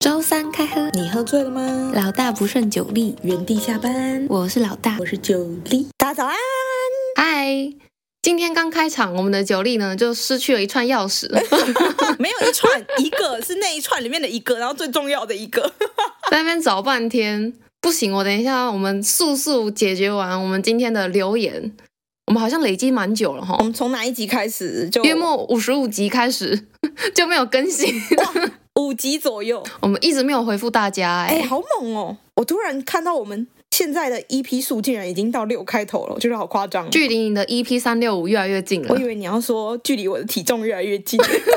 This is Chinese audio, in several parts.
周三开喝， 你喝醉了吗？ 老大不顺酒力， 原地下班。 我是老大， 我是酒力。大家早安。 嗨，今天刚开场，我们的酒力呢就失去了一串钥匙。 没有一串，一个是那一串里面的一个，然后最重要的一个。 在那边找半天，不行，我等一下我们速速解决完我们今天的留言。我们好像累积蛮久了齁。 我们从哪一集开始就？ 约莫55集开始就没有更新。 5集左右， 我们一直没有回复大家。 好猛哦！我突然看到我们现在的 EP 数竟然已经到6开头了，我觉得好夸张。 距离你的 EP365越来越近了。 我以为你要说距离我的体重越来越近。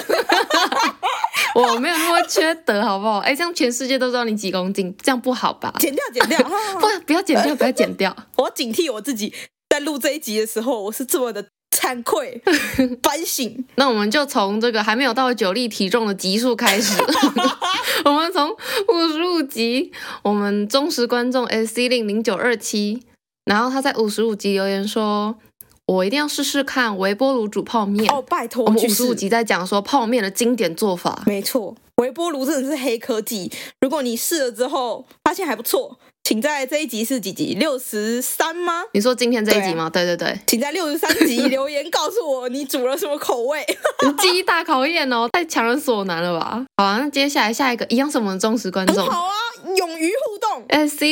我没有那么缺德好不好？这样全世界都知道你几公斤，这样不好吧？ 剪掉不要剪掉，不要剪掉。 我要警惕我自己，在录这一集的时候我是这么的惭愧反省。 那我们就从这个还没有到酒力体重的集数开始。我们从55集，我们忠实观众 SC0927，然后他在55集留言说，我一定要试试看微波炉煮泡面。 拜托， 我们55集在讲说泡面的经典做法。 没错，微波炉真的是黑科技。如果你试了之后发现还不错，请在这一集是几集？63吗？ 你说今天这一集吗？对对对， 请在63集留言告诉我你煮了什么口味。 记忆大考验哦，太强人所难了吧？好啊，那接下来下一个一样是我们的忠实观众。 好啊，勇于互动。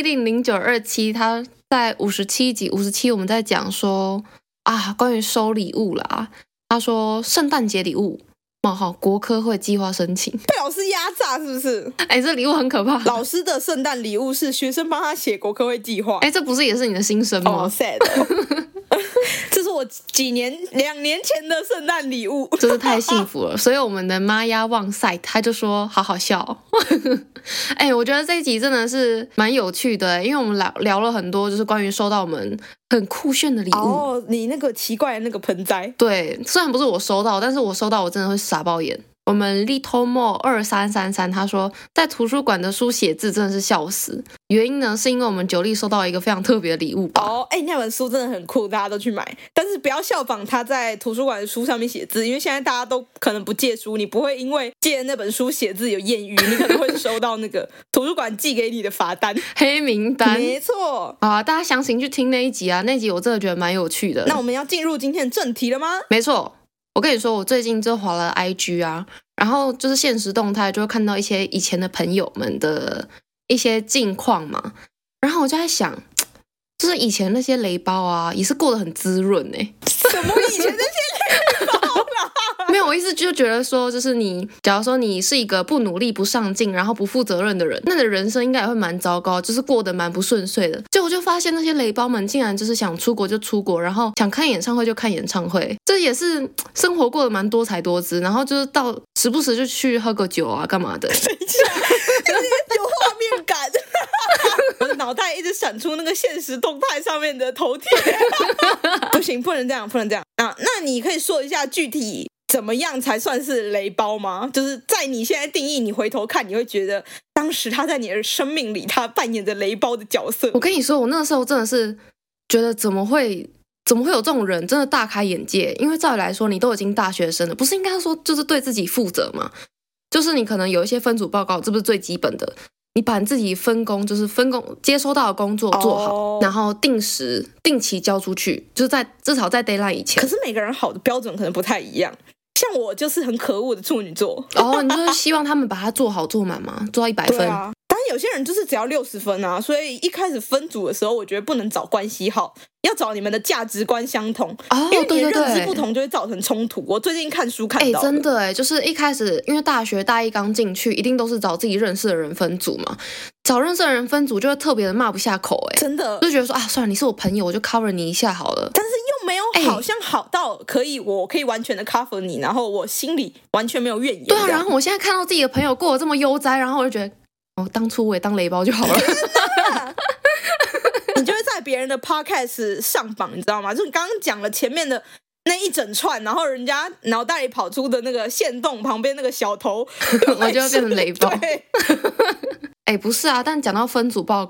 SC0927他在57集57我们在讲说关于收礼物啦。他说圣诞节礼物国科会计划申请， 被老师压榨是不是？ 这礼物很可怕。 老师的圣诞礼物是学生帮他写国科会计划。 这不是也是你的心声吗 ？sad 这是我2年前的圣诞礼物， 真是太幸福了。所以我们的妈呀旺赛他就说好好笑。我觉得这一集真的是蛮有趣的，因为我们聊了很多就是关于收到我们很酷炫的礼物。 你那个奇怪的那个盆栽。 对，虽然不是我收到，但是我收到我真的会傻爆眼。我们 Little More 2333他说，在图书馆的书写字真的是笑死。原因呢，是因为我们酒力收到一个非常特别的礼物吧。 那本书真的很酷，大家都去买，但是不要效仿他在图书馆的书上面写字，因为现在大家都可能不借书，你不会因为借那本书写字有艳遇，你可能会收到那个图书馆寄给你的罚单黑名单。 没错。 大家详情去听那一集啊，那一集我真的觉得蛮有趣的。 那我们要进入今天的正题了吗？ 没错，我跟你说，我最近就滑了 IG 啊，然后就是限时动态就会看到一些以前的朋友们的一些近况嘛，然后我就在想，就是以前那些雷包啊，也是过得很滋润什么以前那些雷包啦？ 没有，我意思就觉得说，就是你，假如说你是一个不努力、不上进，然后不负责任的人，那你的人生应该也会蛮糟糕，就是过得蛮不顺遂的。结果就发现那些雷包们竟然就是想出国就出国，然后想看演唱会就看演唱会，这也是生活过得蛮多彩多姿，然后就是到时不时就去喝个酒啊，干嘛的。 等一下，有画面感。我的脑袋一直闪出那个现实动态上面的头贴。不行，不能这样，不能这样啊！那你可以说一下具体怎么样才算是雷包吗？就是在你现在定义，你回头看，你会觉得当时他在你的生命里，他扮演着雷包的角色。 我跟你说，我那时候真的是觉得怎么会有这种人，真的大开眼界。因为照理来说，你都已经大学生了，不是应该说就是对自己负责吗？就是你可能有一些分组报告，这不是最基本的。你把你自己就是分工接收到的工作做好，然后定期交出去，就是至少在 deadline 以前。 可是每个人好的标准可能不太一样，像我就是很可恶的处女座。 你就是希望他们把它做好做满吗？做到100分？ 对啊，但是有些人就是只要60分啊，所以一开始分组的时候，我觉得不能找关系好，要找你们的价值观相同。因为你的认知不同就会造成冲突。我最近看书看到真的就是一开始因为大学大一刚进去，一定都是找自己认识的人分组嘛，找认识的人分组就会特别的骂不下口。 真的就觉得说算了，你是我朋友，我就 cover 你一下好了。 但是又没有好像好到我可以完全的 cover 你，然后我心里完全没有怨言。 对啊，然后我现在看到自己的朋友过得这么悠哉，然后我就觉得当初我也当雷包就好了。 你就会在别人的 podcast 上榜，你知道吗？就是刚刚讲了前面的那一整串，然后人家脑袋里跑出的那个线动旁边那个小头， 我就会变成雷包。 对。 不是啊，但讲到分组报告，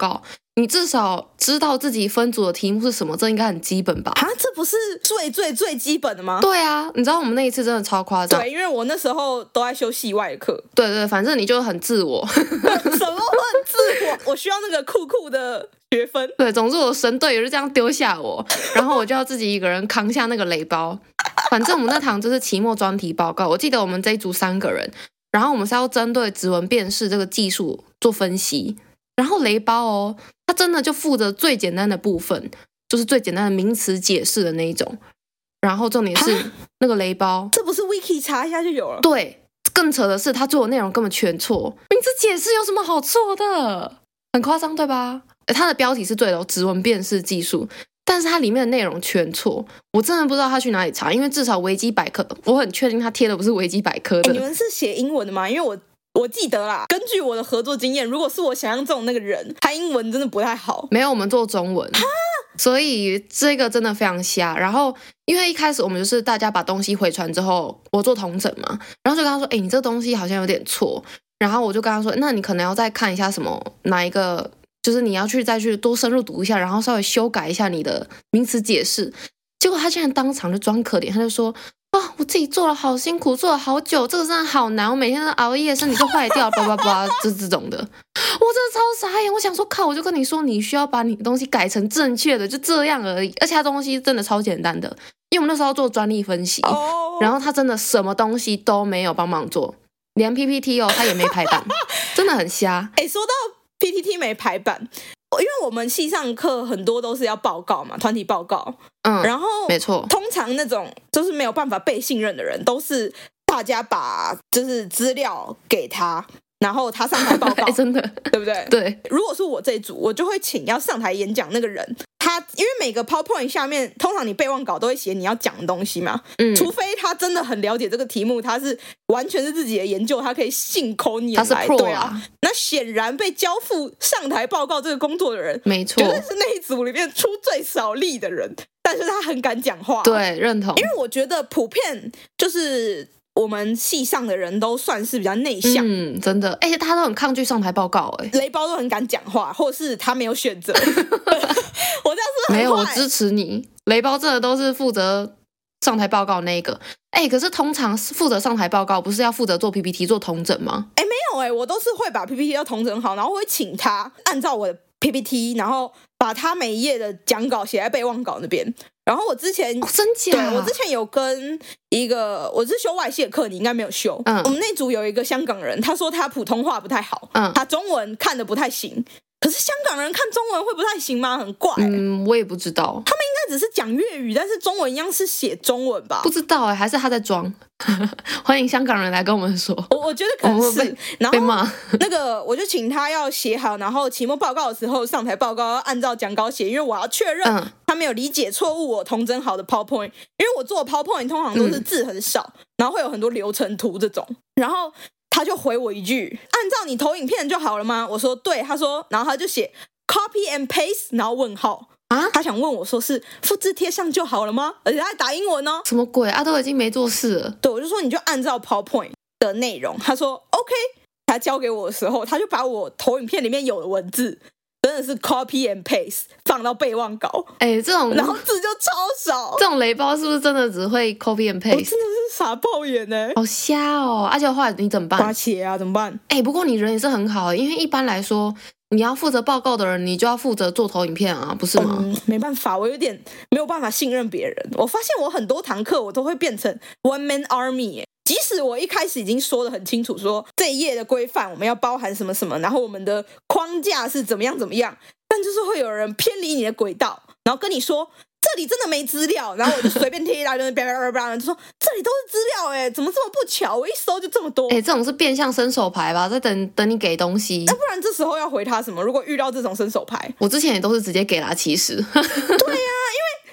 你至少知道自己分组的题目是什么，这应该很基本吧？ 啊，这不是最基本的吗？ 对啊，你知道我们那一次真的超夸张。 对，因为我那时候都在修系外的课。 对，反正你就很自我。 什么很自我？我需要那个酷酷的学分。 对，总之我神队友就这样丢下我，然后我就要自己一个人扛下那个雷包。反正我们那堂就是期末专题报告，我记得我们这一组3个人，然后我们是要针对指纹辨识这个技术做分析。然后雷包哦，他真的就负责最简单的部分，就是最简单的名词解释的那一种。然后重点是那个雷包， 这不是 Wiki 查一下就有了？ 对，更扯的是他做的内容根本全错。名词解释有什么好错的？很夸张对吧？他的标题是对的，指纹辨识技术，但是它里面的内容全错。我真的不知道他去哪里查，因为至少维基百科，我很确定他贴的不是维基百科的。 你们是写英文的吗？因为我记得啦，根据我的合作经验，如果是我想象中那个人，他英文真的不太好。 没有，我们做中文，所以这个真的非常瞎。然后因为一开始我们就是大家把东西回传之后，我做统整嘛，然后就跟他说，你这个东西好像有点错。然后我就跟他说，那你可能要再看一下什么哪一个，就是你要再去多深入读一下，然后稍微修改一下你的名词解释。结果他竟然当场就装可怜，他就说，我自己做了好辛苦，做了好久，这个真的好难，我每天都熬夜，身体就坏掉，叭叭叭，这种的，我真的超傻眼。我想说，靠，我就跟你说，你需要把你的东西改成正确的，就这样而已。而且他东西真的超简单的，因为我们那时候要做专利分析，然后他真的什么东西都没有帮忙做，连 PPT 他也没排版，真的很瞎。 说到 PPT 没排版，因为我们系上课很多都是要报告嘛，团体报告，然后没错， 通常那种就是没有办法被信任的人，都是大家把就是资料给他，然后他上台报告， 真的， 对不对？ 对。 如果是我这一组，我就会请要上台演讲那个人，他因为每个 PowerPoint 下面，通常你备忘稿都会写你要讲的东西嘛，除非他真的很了解这个题目，他是完全是自己的研究，他可以信口拈来， 他是 Pro 对啊。那显然被交付上台报告这个工作的人， 没错， 绝对是那一组里面出最少力的人，但是他很敢讲话， 对，认同。因为我觉得普遍就是我们系上的人都算是比较内向， 真的，而且他都很抗拒上台报告， 雷包都很敢讲话，或是他没有选择。我这样是不是很坏？ 没有，我支持你。雷包真的都是负责上台报告那一个，可是通常负责上台报告不是要负责做 PPT 做统整吗？ 没有我都是会把 PPT 要统整好，然后我会请他按照我的 PPT， 然后把他每一页的讲稿写在备忘稿那边。然后我之前真假？ 对，我之前有跟一个，我是修外系的课，你应该没有修。我们那组有一个香港人，他说他普通话不太好，他中文看得不太行。可是香港人看中文会不太行吗？很怪。 我也不知道。 他们应该只是讲粤语，但是中文一样是写中文吧？ 不知道还是他在装。欢迎香港人来跟我们说。 我觉得可能是。然后被骂。 那个我就请他要写好，然后期末报告的时候上台报告要按照讲稿写，因为我要确认他没有理解错误我统整好的 PowerPoint， 因为我做的 PowerPoint 通常都是字很少，然后会有很多流程图这种，然后他就回我一句，按照你投影片就好了吗？我说对，他说，然后他就写 copy and paste， 然后问号啊，他想问我说是复制贴上就好了吗？而且他还打英文哦， 什么鬼啊，都已经没做事了。 对，我就说你就按照 PowerPoint 的内容，他说 OK， 他交给我的时候，他就把我投影片里面有的文字真的是 copy and paste 放到备忘稿， 这种然后字就超少。 这种雷包是不是真的只会 copy and paste？ 我真的是傻爆眼好瞎哦！而且后来你怎么办？ 把写啊，怎么办？ 不过你人也是很好，因为一般来说，你要负责报告的人，你就要负责做投影片啊，不是吗？ 没办法，我有点没有办法信任别人。我发现我很多堂课我都会变成 one man army，即使我一开始已经说得很清楚，说这一页的规范我们要包含什么什么，然后我们的框架是怎么样怎么样，但就是会有人偏离你的轨道，然后跟你说这里真的没资料，然后我就随便贴一大堆，就说这里都是资料怎么这么不巧？我一搜就这么多。 这种是变相伸手牌吧，在等你给东西。 那不然这时候要回他什么？如果遇到这种伸手牌， 我之前也都是直接给啦，其实。 对啊，因为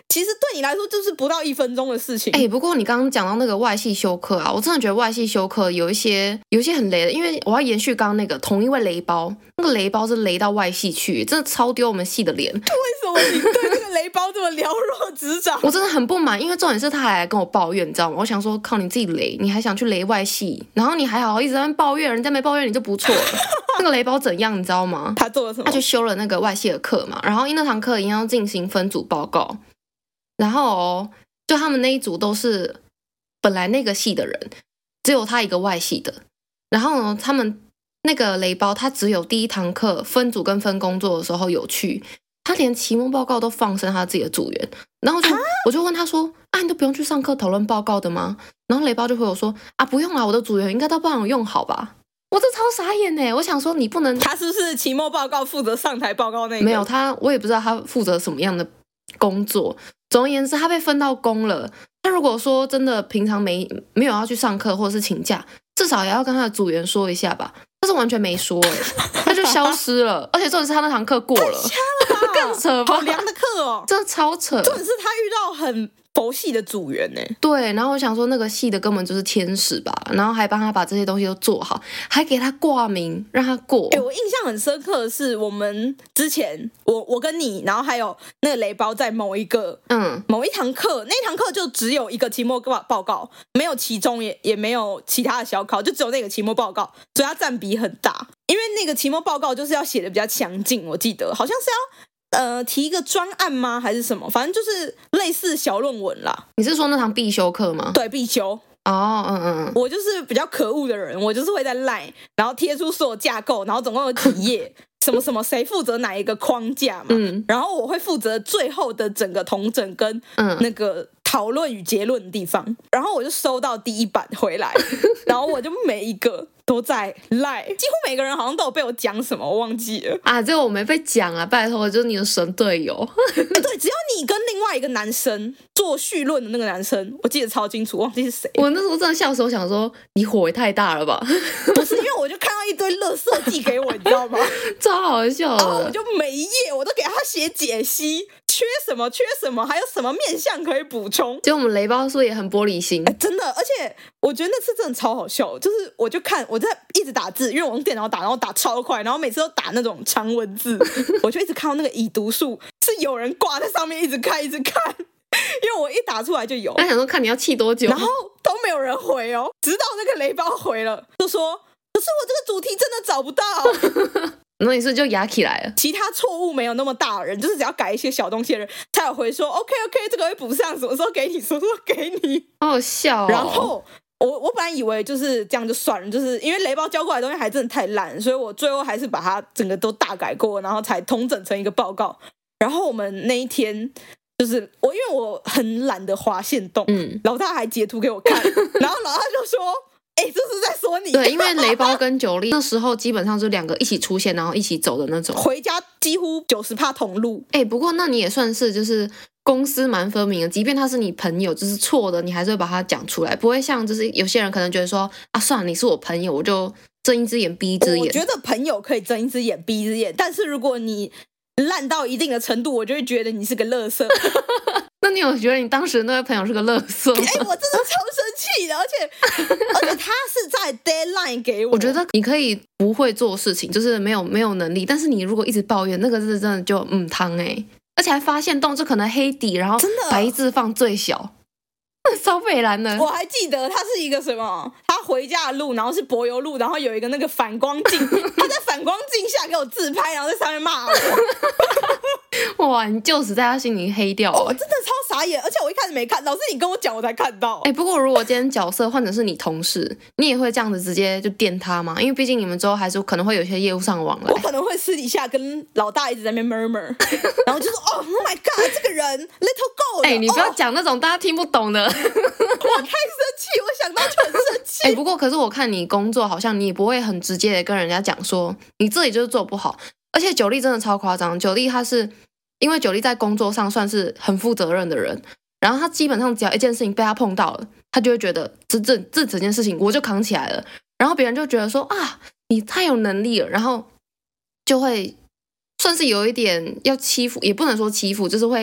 其实对你来说就是不到1分钟的事情。 不过你刚刚讲到那个外系修课啊，我真的觉得外系修课有一些很雷的，因为我要延续刚刚那个同一位雷包，那个雷包是雷到外系去，真的超丢我们系的脸。 为什么你对那个雷包这么了若指掌？ 我真的很不满，因为重点是他还来跟我抱怨，你知道吗？我想说，靠你自己雷，你还想去雷外系，然后你还好一直在那边抱怨，人家没抱怨你就不错了。那个雷包怎样，你知道吗？ 他做了什么？ 他就修了那个外系的课嘛，然后因为那堂课一定要进行分组报告，然后就他们那一组都是本来那个系的人，只有他一个外系的，然后呢，他们那个雷包他只有第一堂课分组跟分工作的时候有去，他连期末报告都放生他自己的组员，然后我就问他说啊，你都不用去上课讨论报告的吗？然后雷包就回我说啊，不用啦，我的组员应该都帮我用好吧。我这超傻眼耶，我想说你不能， 他是不是期末报告负责上台报告那个？ 没有他，我也不知道他负责什么样的工作。总而言之，他被分到工了。他如果说真的平常没有要去上课或者是请假，至少也要跟他的组员说一下吧。但是完全没说耶，他就消失了。而且重点是他那堂课过了，更扯吧？ 好凉的课哦， 真的超扯。 重点是他遇到很佛系的组员呢。 对，然后我想说那个系的根本就是天使吧，然后还帮他把这些东西都做好，还给他挂名让他过。 我印象很深刻的是，我们之前我跟你，然后还有那个雷包在某一堂课，那堂课就只有一个期末报告，没有期中也没有其他的小考，就只有那个期末报告，所以它占比很大。因为那个期末报告就是要写的比较强劲，我记得好像是要提一个专案吗还是什么，反正就是类似小论文啦。 你是说那堂必修课吗？ 对，必修。我就是比较可恶的人，我就是会在 LINE 然后贴出所有架构，然后总共有几页什么什么谁负责哪一个框架嘛，然后我会负责最后的整个统整跟那个讨论与结论的地方，然后我就收到第一版回来，然后我就每一个都在 LINE， 几乎每个人好像都有被我讲什么，我忘记了啊，这个我没被讲啊，拜托，就是你的神队友。 对，只要你跟另外一个男生做绪论的那个男生，我记得超清楚，忘记是谁。 我那时候真的笑死，我想说你火也太大了吧？ 不是，因为我就看到一堆垃圾寄给我，你知道吗？ 超好笑的。 然后我就每一页我都给他写解析，缺什么，还有什么面向可以补充。 结果我们雷包是不是也很玻璃心？ 真的，而且我觉得那次真的超好笑，就是我就看我在一直打字，因为我用电脑打，然后打超快，然后每次都打那种长文字，我就一直看到那个已读数是有人挂在上面，一直看，因为我一打出来就有。 他想说看你要气多久， 然后都没有人回哦，直到那个雷包回了，就说可是我这个主题真的找不到。 那你是就压起来了。 其他错误没有那么大的人，就是只要改一些小东西的人，才有回说 OK， 这个会补上，什么时候给你，什么时候给你， 好好笑哦。 然后我本来以为就是这样就算了，就是因为雷包交过来的东西还真的太烂，所以我最后还是把它整个都大改过，然后才统整成一个报告。然后我们那一天就是因为我很懒得滑线动，老大还截图给我看，然后老大就说这是在说你。 对，因为雷包跟九力那时候基本上是两个一起出现然后一起走的那种， 回家几乎90%同路。 不过那你也算是就是公私蛮分明的，即便他是你朋友，就是错的，你还是会把他讲出来，不会像就是有些人可能觉得说啊，算了，你是我朋友，我就睁一只眼闭一只眼。 我觉得朋友可以睁一只眼闭一只眼，但是如果你烂到一定的程度，我就会觉得你是个垃圾。 那你有觉得你当时那位朋友是个垃圾吗？ 我真的超生气的，而且他是在 deadline 给我。 我觉得你可以不会做事情，就是没有能力，但是你如果一直抱怨，那个是真的就汤而且还发现动，就可能黑底，然后白字放最小，超北蓝的。 我还记得他是一个什么，他回家的路，然后是柏油路，然后有一个那个反光镜，他在反光镜下给我自拍，然后在上面骂我。 哇，你就此在他心里黑掉了。 我真的超傻眼，而且我一开始没看，老师你跟我讲我才看到。 不过如果今天角色换成是你同事，你也会这样子直接就电他吗？因为毕竟你们之后还是可能会有一些业务上往来。 我可能会私底下跟老大一直在那边 murmur， 然后就说Oh my god， 这个人 little go。 你不要讲那种大家听不懂的。 我太生气，我想到就很生气。 不过可是我看你工作好像你不会很直接的跟人家讲说你这里就是做不好，而且九力真的超夸张。九力他是因为九力在工作上算是很负责任的人，然后他基本上只要一件事情被他碰到了，他就会觉得这整件事情我就扛起来了，然后别人就觉得说啊你太有能力了，然后就会算是有一点要欺负，也不能说欺负，就是会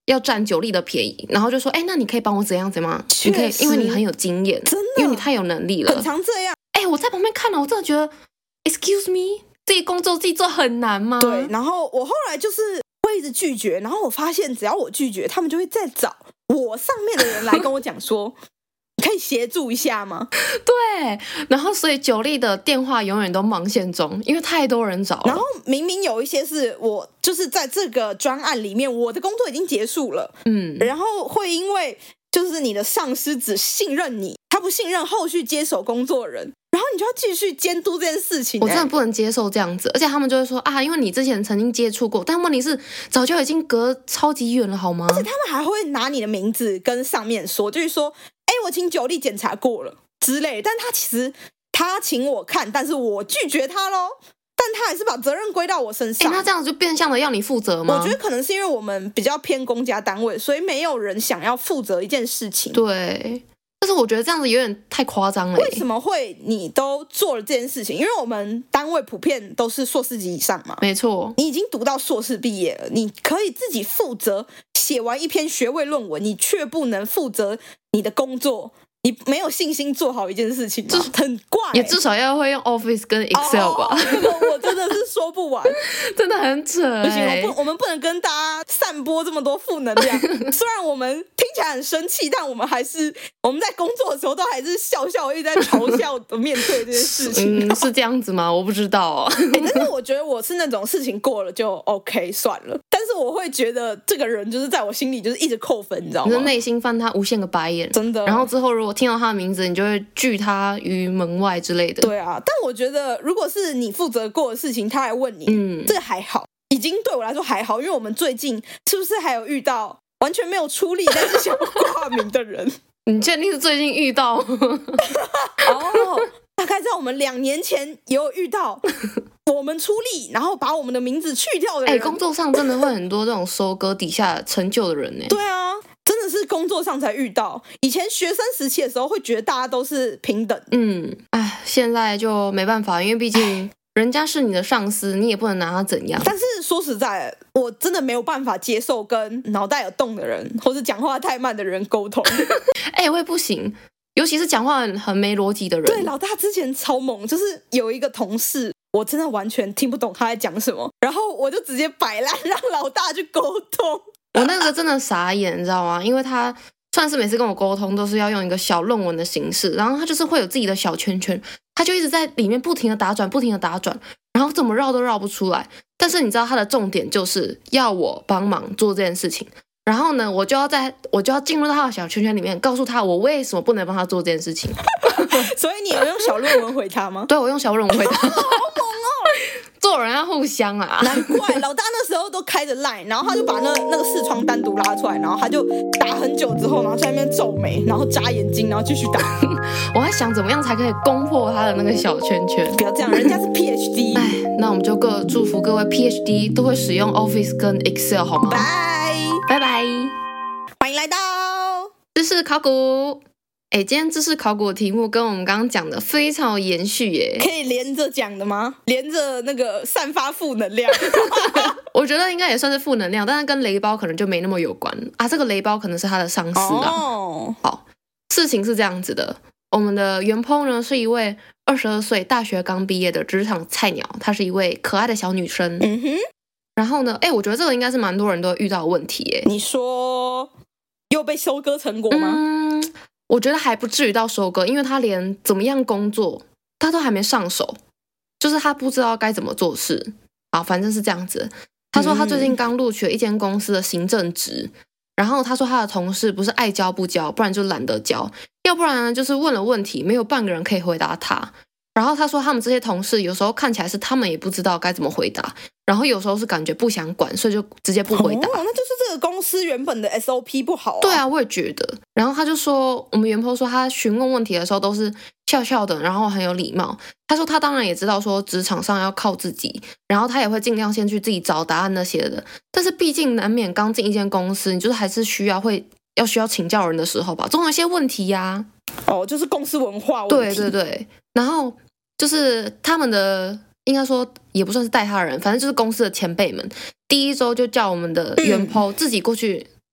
要占九莉的便宜，然后就说那你可以帮我怎样怎样，你可以因为你很有经验， 真的因为你太有能力了， 很常这样。 我在旁边看了，我真的觉得 excuse me， 自己工作自己做很难吗？ 对，然后我后来就是会一直拒绝，然后我发现只要我拒绝，他们就会再找我上面的人来跟我讲说你可以协助一下吗？ 对，然后所以九莉的电话永远都忙线中，因为太多人找了。 然后明明有一些是我就是在这个专案里面我的工作已经结束了，然后会因为就是你的上司只信任你，他不信任后续接手工作人，然后你就要继续监督这件事情。 我真的不能接受这样子，而且他们就会说因为你之前曾经接触过，但问题是早就已经隔超级远了好吗？ 而且他们还会拿你的名字跟上面说，就是说我请九莉检查过了之类的，但他其实他请我看，但是我拒绝他咯，但他还是把责任归到我身上。 那这样就变相的要你负责吗？ 我觉得可能是因为我们比较偏公家单位，所以没有人想要负责一件事情。 对，但是我觉得这样子有点太夸张了。 为什么会你都做了这件事情？因为我们单位普遍都是硕士级以上嘛。 没错， 你已经读到硕士毕业了，你可以自己负责写完一篇学位论文，你却不能负责你的工作，你没有信心做好一件事情吗？很怪也至少要会用 Office 跟 Excel 吧。 这个我真的是说不完真的很扯不行，我们不能跟大家散播这么多负能量虽然我们听起来很生气，但我们在工作的时候都还是笑笑一直在嘲笑的面对这件事情是这样子吗？我不知道但是我觉得我是那种事情过了就 OK 算了，但是我会觉得这个人就是在我心里就是一直扣分，你知道吗？ 你的内心翻他无限个白眼，真的。然后之后如果听到他的名字，你就会拒他于门外之类的。 对啊，但我觉得如果是你负责过的事情，他还问你，这个还好，已经对我来说还好，因为我们最近是不是还有遇到完全没有出力但是想要挂名的人？ 你确定是最近遇到？ 大概在我们2年前也有遇到我们出力然后把我们的名字去掉的人。 工作上真的会很多这种收割底下成就的人呢。 对啊，真的是工作上才遇到，以前学生时期的时候会觉得大家都是平等。 现在就没办法，因为毕竟人家是你的上司，你也不能拿他怎样。 但是说实在，我真的没有办法接受跟脑袋有洞的人或是讲话太慢的人沟通我也不行，尤其是讲话很没逻辑的人。 对，老大之前超猛，就是有一个同事我真的完全听不懂他在讲什么，然后我就直接摆烂让老大去沟通。 我那个真的傻眼，你知道吗？因为他算是每次跟我沟通都是要用一个小论文的形式，然后他就是会有自己的小圈圈，他就一直在里面不停的打转，不停的打转，然后怎么绕都绕不出来。但是你知道他的重点就是要我帮忙做这件事情，然后呢，我就要进入到他的小圈圈里面，告诉他我为什么不能帮他做这件事情。 所以你有用小论文回他吗？ 对，我用小论文回他。 好猛哦！ 做人要互相啊。 难怪老大那时候都开着 LINE， 然后他就把那个视窗单独拉出来，然后他就打很久之后，然后在那边皱眉，然后眨眼睛，然后继续打。 我在想怎么样才可以攻破他的那个小圈圈。 不要这样，人家是 PhD。 那我们就祝福各位 PhD 都会使用 Office 跟 Excel 好吗？拜拜， 欢迎来到知识考古。今天知识考古的题目跟我们刚刚讲的非常有延续耶。 可以连着讲的吗？连着那个散发负能量。 我觉得应该也算是负能量，但是跟雷包可能就没那么有关啊。这个雷包可能是他的上司啦。好，事情是这样子的，我们的原 po 呢是一位22岁大学刚毕业的职场菜鸟，她是一位可爱的小女生。然后呢，我觉得这个应该是蛮多人都会遇到的问题耶。 你说又被收割成果吗？ 我觉得还不至于到收割，因为他连怎么样工作他都还没上手，就是他不知道该怎么做事。好，反正是这样子。他说他最近刚录取了一间公司的行政职，然后他说他的同事不是爱教不教，不然就懒得教，要不然呢就是问了问题没有半个人可以回答他。然后他说他们这些同事有时候看起来是他们也不知道该怎么回答，然后有时候是感觉不想管，所以就直接不回答。 那就是这个公司原本的 SOP 不好啊。 对啊，我也觉得。然后他就说我们原 po 说他询问问题的时候都是笑笑的，然后很有礼貌。他说他当然也知道说职场上要靠自己，然后他也会尽量先去自己找答案那些的，但是毕竟难免刚进一间公司，你就是还是需要请教人的时候吧，总有一些问题呀。 就是公司文化问题。 对，然后就是他们的应该说也不算是带他人，反正就是公司的前辈们，第一周就叫我们的原 po 自己过去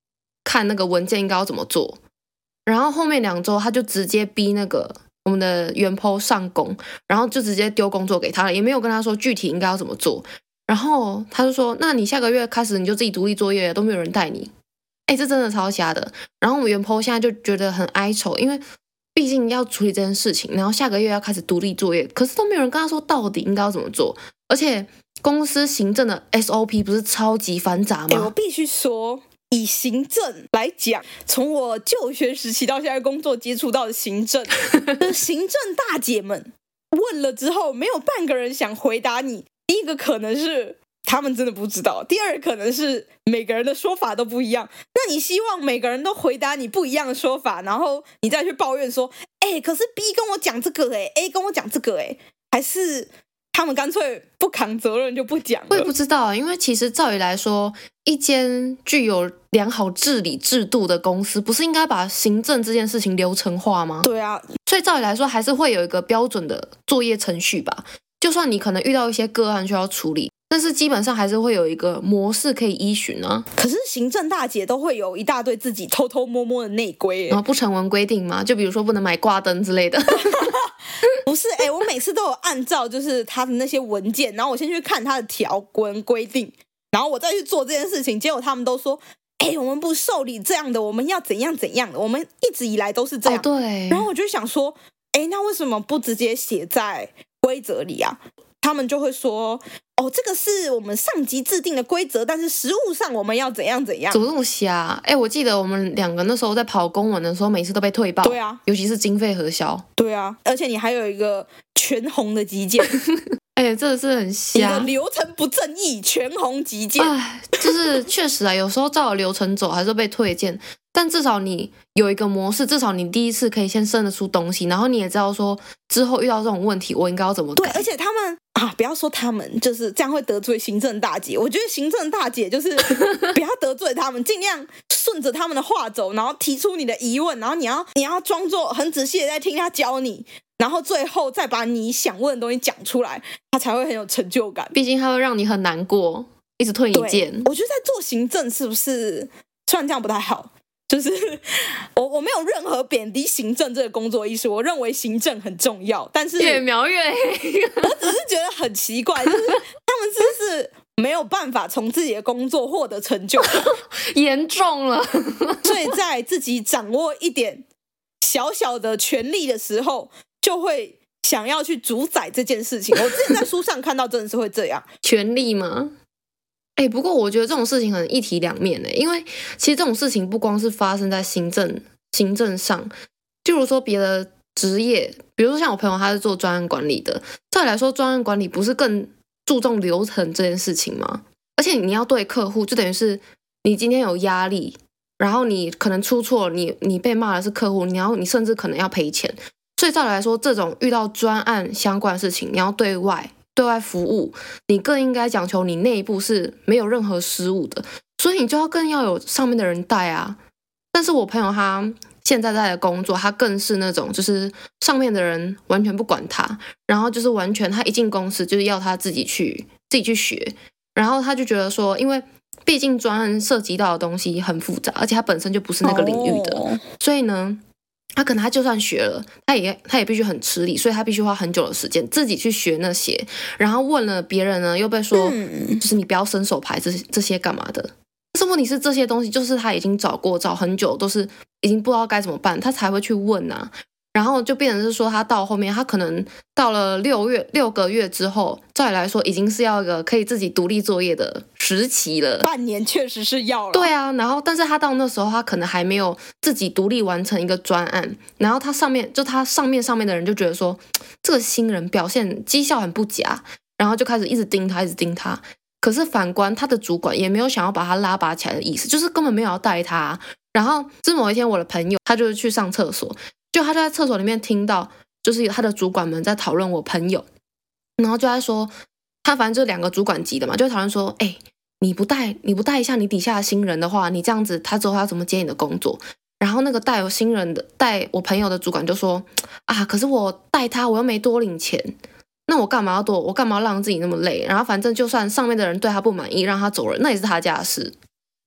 看那个文件应该要怎么做，然后后面2周他就直接逼那个我们的原 po 上工，然后就直接丢工作给他了，也没有跟他说具体应该要怎么做。然后他就说，那你下个月开始你就自己独立作业，都没有人带你。这真的超瞎的。然后我们原 po 现在就觉得很哀愁，因为毕竟要处理这件事情，然后下个月要开始独立作业，可是都没有人跟他说到底应该要怎么做。而且公司行政的 SOP 不是超级繁杂吗？ 我必须说，以行政来讲，从我就学时期到现在工作接触到的行政行政大姐们问了之后，没有半个人想回答你。第一个可能是他们真的不知道，第二可能是每个人的说法都不一样。那你希望每个人都回答你不一样的说法，然后你再去抱怨说，可是 B 跟我讲这个，A 跟我讲这个，还是他们干脆不扛责任就不讲了？ 我也不知道，因为其实照理来说，一间具有良好治理制度的公司，不是应该把行政这件事情流程化吗？ 对啊， 所以照理来说，还是会有一个标准的作业程序吧。就算你可能遇到一些个案需要处理，但是基本上还是会有一个模式可以依循啊。 可是行政大姐都会有一大堆自己偷偷摸摸的内规， 然后不成文规定嘛，就比如说不能买挂灯之类的。 不是，我每次都有按照就是他的那些文件，然后我先去看他的条文规定，然后我再去做这件事情。结果他们都说，我们不受理这样的，我们要怎样怎样的，我们一直以来都是这样。 对。 然后我就想说，那为什么不直接写在规则里啊？他们就会说，这个是我们上级制定的规则，但是实务上我们要怎样怎样。 怎么这么瞎？我记得我们2个那时候在跑公文的时候，每次都被退报。 对啊， 尤其是经费核销。 对啊，而且你还有一个全红的急件。 真的是很瞎， 你的流程不正义，全红急件。 就是确实啊，有时候照流程走还是被退件，但至少你有一个模式，至少你第一次可以先生得出东西，然后你也知道说之后遇到这种问题我应该要怎么改。 对，而且他们不要说他们，就是这样会得罪行政大姐。我觉得行政大姐就是不要得罪他们，尽量顺着他们的话走，然后提出你的疑问，然后你要装作很仔细的在听他教你，然后最后再把你想问的东西讲出来，他才会很有成就感。 毕竟他会让你很难过，一直退你件。 我觉得在做行政是不是虽然这样不太好，就是我没有任何贬低行政这个工作意识，我认为行政很重要，但是越描越黑。 我只是觉得很奇怪，就是他们是不是没有办法从自己的工作获得成就感？ 严重了。 所以在自己掌握一点小小的权利的时候，就会想要去主宰这件事情。我之前在书上看到真的是会这样。 权利吗？不过我觉得这种事情很一体两面因为其实这种事情不光是发生在行政上，就如说别的职业，比如说像我朋友他是做专案管理的，照理来说专案管理不是更注重流程这件事情吗？而且你要对客户，就等于是你今天有压力，然后你可能出错，你被骂的是客户，你甚至可能要赔钱。所以照理来说，这种遇到专案相关的事情，你要对外服务，你更应该讲求你内部是没有任何失误的，所以你就要更要有上面的人带啊。但是我朋友他现在的工作，他更是那种就是上面的人完全不管他，然后就是完全他一进公司就是要他自己去学，然后他就觉得说，因为毕竟专案涉及到的东西很复杂，而且他本身就不是那个领域的，所以呢他就算学了，他也必须很吃力，所以他必须花很久的时间自己去学那些，然后问了别人呢，又被说就是你不要伸手牌这些干嘛的。但是问题是这些东西就是他已经找很久，都是已经不知道该怎么办，他才会去问啊。然后就变成是说他到后面他可能到了6个月之后，照理来说已经是要一个可以自己独立作业的时期了。 半年确实是要了。 对啊，然后但是他到那时候他可能还没有自己独立完成一个专案，然后他上面的人就觉得说这个新人表现绩效很不佳，然后就开始一直盯他。可是反观他的主管也没有想要把他拉拔起来的意思，就是根本没有要带他。然后是某一天我的朋友他就是去上厕所，他就在厕所里面听到就是他的主管们在讨论我朋友，然后就在说他反正就2个主管级的嘛，就讨论说你不带一下你底下的新人的话，你这样子他之后要怎么接你的工作。然后那个带我朋友的主管就说可是我带他我又没多领钱，那我干嘛要让自己那么累？然后反正就算上面的人对他不满意让他走人，那也是他家的事。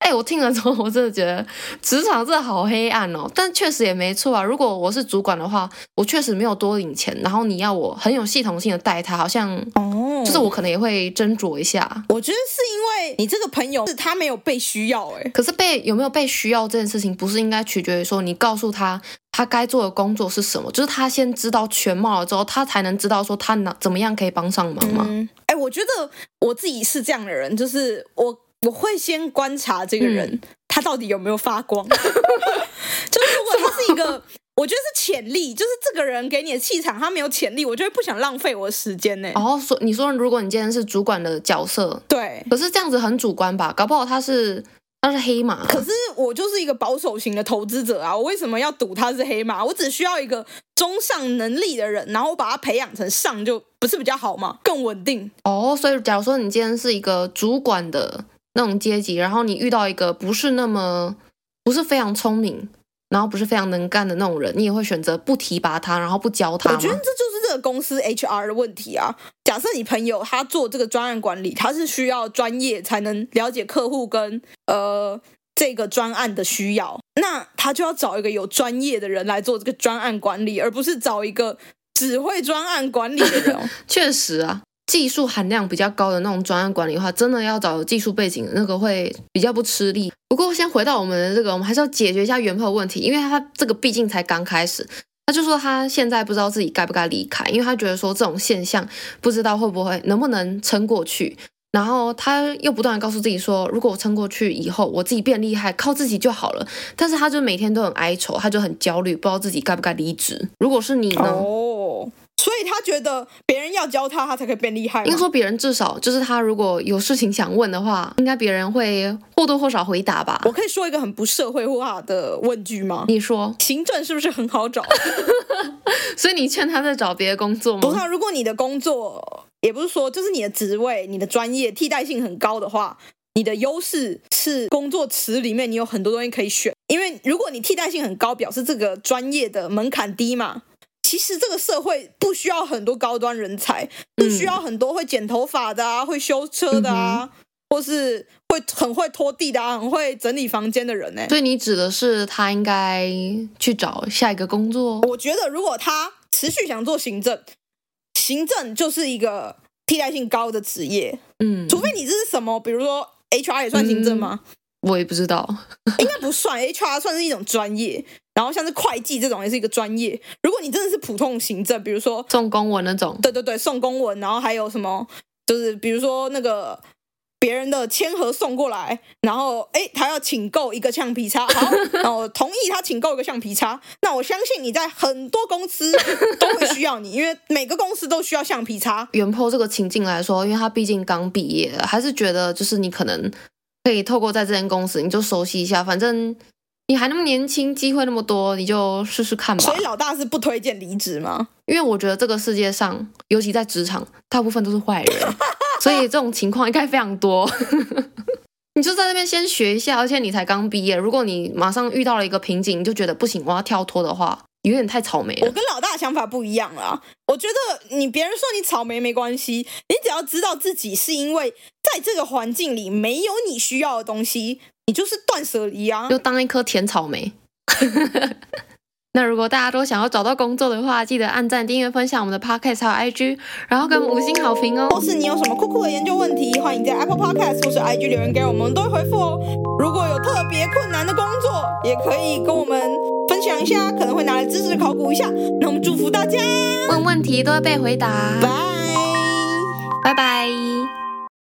我听了之后，我真的觉得职场真的好黑暗哦。但确实也没错啊，如果我是主管的话，我确实没有多领钱，然后你要我很有系统性的带他，好像就是我可能也会斟酌一下。 我觉得是因为你这个朋友是他没有被需要可是有没有被需要这件事情，不是应该取决于说你告诉他该做的工作是什么，就是他先知道全貌了之后，他才能知道说他怎么样可以帮上忙吗？ 我觉得我自己是这样的人，就是我会先观察这个人，他到底有没有发光。就是如果他是一个我觉得是潜力，就是这个人给你的气场他没有潜力，我就会不想浪费我的时间呢。 你说如果你今天是主管的角色， 对， 可是这样子很主观吧，搞不好他是黑马。 可是我就是一个保守型的投资者啊，我为什么要赌他是黑马？我只需要一个中上能力的人，然后我把他培养成上，就不是比较好吗？更稳定。 所以假如说你今天是一个主管的那种阶级，然后你遇到一个不是非常聪明，然后不是非常能干的那种人，你也会选择不提拔他，然后不教他吗？ 我觉得这就是这个公司 HR 的问题啊。假设你朋友他做这个专案管理，他是需要专业才能了解客户跟这个专案的需要，那他就要找一个有专业的人来做这个专案管理，而不是找一个只会专案管理的人。 确实啊，技术含量比较高的那种专案管理的话，真的要找有技术背景的那个会比较不吃力。不过先回到我们的这个，我们还是要解决一下元泡的问题，因为他这个毕竟才刚开始。他就说他现在不知道自己该不该离开，因为他觉得说这种现象不知道能不能撑过去。然后他又不断的告诉自己说，如果我撑过去以后，我自己变厉害，靠自己就好了。但是他就每天都很哀愁，他就很焦虑，不知道自己该不该离职。如果是你呢？ 所以他觉得别人要教他才可以变厉害吗？ 应该说别人至少就是他如果有事情想问的话，应该别人会或多或少回答吧。 我可以说一个很不社会化的问句吗？ 你说。 行政是不是很好找？ 所以你劝他在找别的工作吗？ 不是，如果你的工作也不是说就是你的职位你的专业替代性很高的话，你的优势是工作池里面你有很多东西可以选。因为如果你替代性很高，表示这个专业的门槛低嘛。其实这个社会不需要很多高端人才，不需要很多会剪头发的啊，会修车的啊，或是很会拖地的啊，很会整理房间的人呢。 所以你指的是他应该去找下一个工作？ 我觉得如果他持续想做行政就是一个替代性高的职业。除非你这是什么，比如说 HR 也算行政吗？ 我也不知道， 应该不算。HR 算是一种专业，然后像是会计这种也是一个专业。如果你真的是普通行政，比如说送公文那种， 对，送公文，然后还有什么，就是比如说那个别人的签盒送过来，然后他要请购一个橡皮擦，好，然后同意他请购一个橡皮擦，那我相信你在很多公司都会需要你，因为每个公司都需要橡皮擦。 元泡这个情境来说，因为他毕竟刚毕业，还是觉得就是你可能可以透过在这间公司你就熟悉一下，反正你还那么年轻，机会那么多，你就试试看吧。 所以老大是不推荐离职吗？ 因为我觉得这个世界上，尤其在职场，大部分都是坏人，所以这种情况应该非常多。你就在那边先学一下，而且你才刚毕业，如果你马上遇到了一个瓶颈，你就觉得不行，我要跳脱的话，有点太草莓了。 我跟老大的想法不一样啦，我觉得别人说你草莓没关系，你只要知道自己是因为在这个环境里没有你需要的东西，你就是断舍离啊， 就当一颗甜草莓。那如果大家都想要找到工作的话，记得按赞、订阅、分享我们的 Podcast 还有 IG， 然后给我们5星好评哦。 或是你有什么酷酷的研究问题，欢迎在 Apple Podcast 或是 IG 留言给我们，都会回复哦。如果有特别困难的工作，也可以跟我们分享一下，可能会拿来知识考古一下。那我们祝福大家， 问问题都会被回答。 拜拜拜。